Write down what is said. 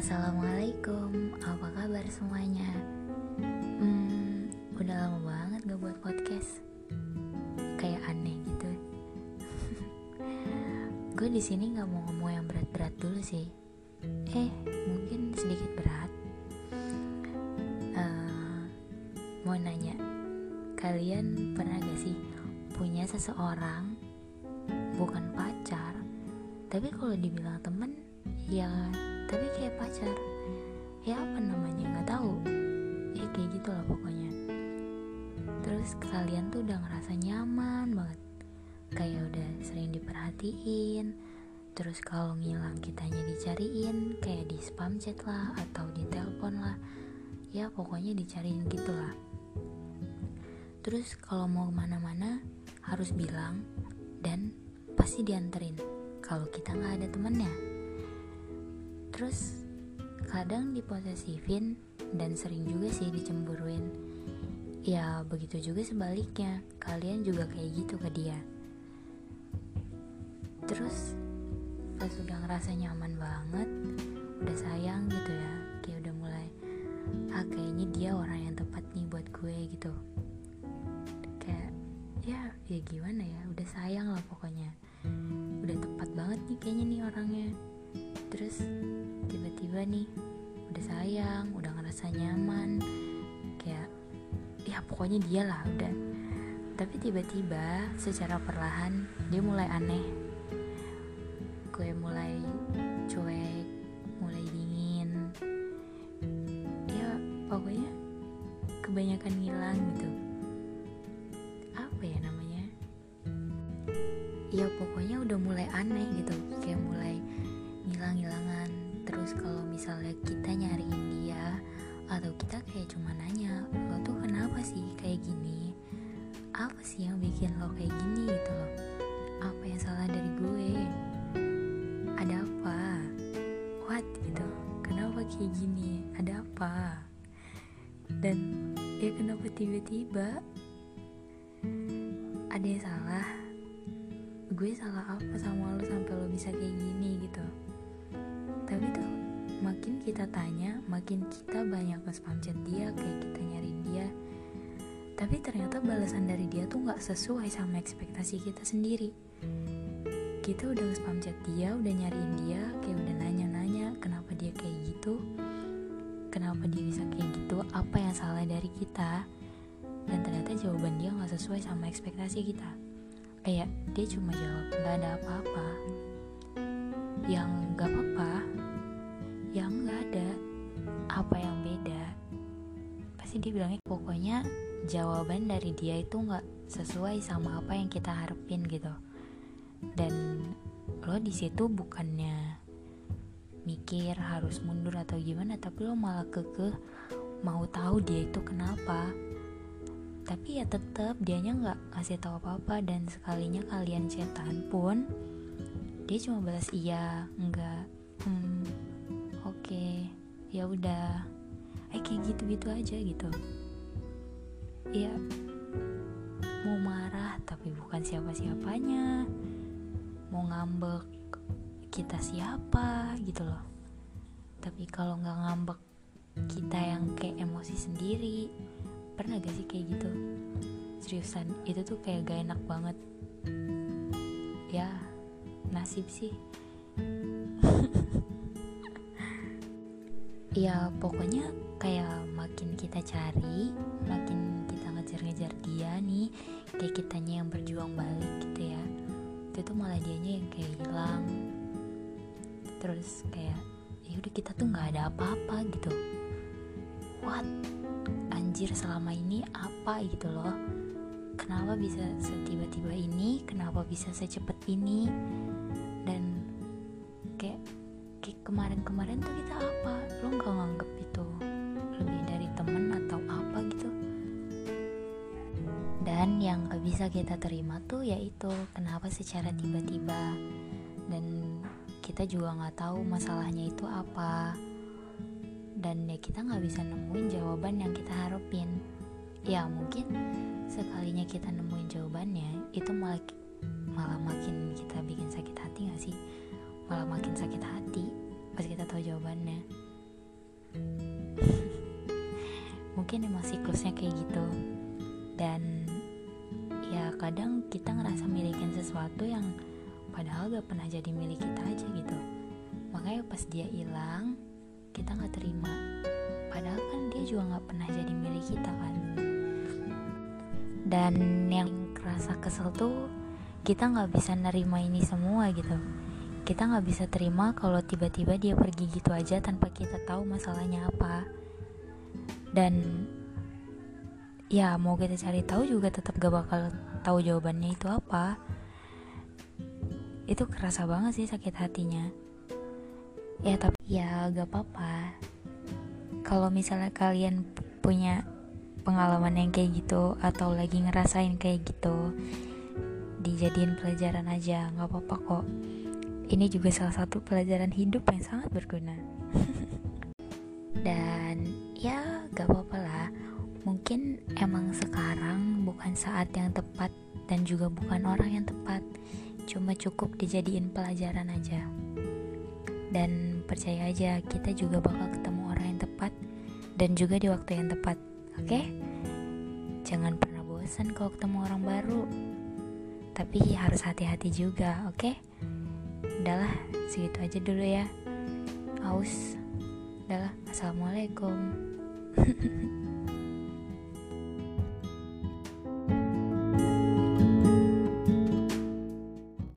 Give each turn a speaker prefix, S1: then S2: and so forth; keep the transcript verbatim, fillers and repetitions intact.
S1: Assalamualaikum, apa kabar semuanya? Hmm, udah lama banget gak buat podcast. Kayak aneh gitu. Gue di sini nggak mau ngomong yang berat-berat dulu sih. Eh, mungkin sedikit berat. Uh, mau nanya, kalian pernah gak sih punya seseorang, bukan pacar, tapi kalau dibilang temen, ya tapi kayak pacar, ya apa namanya nggak tahu, ya kayak gitulah pokoknya. Terus kalian tuh udah ngerasa nyaman banget, kayak udah sering diperhatiin. Terus kalau ngilang kitanya dicariin, kayak di spam chat lah atau di telepon lah, ya pokoknya dicariin gitulah. Terus kalau mau kemana-mana harus bilang dan pasti dianterin kalau kita nggak ada temennya. Terus kadang diposesifin dan sering juga sih dicemburuin. Ya begitu juga sebaliknya, kalian juga kayak gitu ke dia. Terus pas udah ngerasa nyaman banget, udah sayang gitu ya, kayak udah mulai ah kayaknya dia orang yang tepat nih buat gue gitu. Kayak ya ya gimana ya, udah sayang lah pokoknya, udah tepat banget nih kayaknya nih orangnya. Terus tiba-tiba nih udah sayang, udah ngerasa nyaman, kayak ya pokoknya dia lah udah. Tapi tiba-tiba secara perlahan dia mulai aneh, gue mulai cuek, mulai dingin, ya pokoknya kebanyakan ngilang gitu. Apa ya namanya, ya pokoknya udah mulai aneh gitu, kayak mulai ngilang-ngilangan. Terus kalau misalnya kita nyariin dia atau kita kayak cuma nanya, lo tuh kenapa sih kayak gini, apa sih yang bikin lo kayak gini gitu loh, apa yang salah dari gue, ada apa, what gitu, kenapa kayak gini, ada apa, dan ya kenapa tiba-tiba ada yang salah, gue salah apa sama lo sampai lo bisa kayak gini gitu. Tapi tuh makin kita tanya, makin kita banyak nge-spam chat dia, kayak kita nyariin dia, tapi ternyata balasan dari dia tuh gak sesuai sama ekspektasi kita sendiri. Kita udah nge-spam chat dia, udah nyariin dia, kayak udah nanya-nanya kenapa dia kayak gitu, kenapa dia bisa kayak gitu, apa yang salah dari kita. Dan ternyata jawaban dia gak sesuai sama ekspektasi kita. Kayak dia cuma jawab gak ada apa-apa. Yang gak apa-apa, yang gak ada apa yang beda. Pasti dia bilangnya pokoknya jawaban dari dia itu gak sesuai sama apa yang kita harapin gitu. Dan lo di situ bukannya mikir harus mundur atau gimana, tapi lo malah kekeh mau tahu dia itu kenapa. Tapi ya tetap dianya gak kasih tahu apa-apa. Dan sekalinya kalian chatan pun dia cuma balas iya, enggak, hmm, oke, okay, ya udah, eh kayak gitu-gitu aja gitu. Ya mau marah tapi bukan siapa-siapanya, mau ngambek kita siapa gitu loh. Tapi kalau nggak ngambek kita yang kayak emosi sendiri. Pernah gak sih kayak gitu? Seriusan itu tuh kayak gak enak banget. Ya nasib sih. Ya pokoknya kayak makin kita cari, makin kita ngejar-ngejar dia nih, kayak kitanya yang berjuang balik gitu ya, itu tuh malah dianya yang kayak hilang. Terus kayak ya udah kita tuh nggak ada apa-apa gitu. What? Anjir, selama ini apa gitu loh, kenapa bisa setiba-tiba ini, kenapa bisa secepat ini. Dan kayak kayak kemarin-kemarin tuh kita apa, lo gak nganggep itu lebih dari temen atau apa gitu. Dan yang gak bisa kita terima tuh yaitu kenapa secara tiba-tiba, dan kita juga gak tahu masalahnya itu apa. Dan ya kita gak bisa nemuin jawaban yang kita harapin. Ya mungkin sekalinya kita nemuin jawabannya, itu malah malah makin kita bikin sakit hati gak sih? Malah makin sakit hati pas kita tahu jawabannya. mungkin emang siklusnya kayak gitu. Dan ya kadang kita ngerasa milikin sesuatu yang padahal gak pernah jadi milik kita aja gitu. Makanya pas dia hilang, kita gak terima, padahal kan dia juga gak pernah jadi milik kita kan. Dan yang kerasa kesel tuh kita gak bisa nerima ini semua gitu. Kita gak bisa terima kalau tiba-tiba dia pergi gitu aja tanpa kita tahu masalahnya apa. Dan ya mau kita cari tahu juga tetap gak bakal tahu jawabannya itu apa. Itu kerasa banget sih sakit hatinya. Ya tapi ya gak apa-apa. Kalau misalnya kalian punya pengalaman yang kayak gitu atau lagi ngerasain kayak gitu, dijadiin pelajaran aja, gak apa-apa kok. Ini juga salah satu pelajaran hidup yang sangat berguna. Dan ya gak apa-apa lah. Mungkin emang sekarang bukan saat yang tepat dan juga bukan orang yang tepat. Cuma cukup dijadiin pelajaran aja. Dan percaya aja, kita juga bakal ketemu orang yang tepat dan juga di waktu yang tepat. Oke? Okay? Jangan pernah bosan kalau ketemu orang baru. Tapi harus hati-hati juga, oke? Okay? Udahlah, segitu aja dulu ya. Aus. Udahlah, assalamualaikum.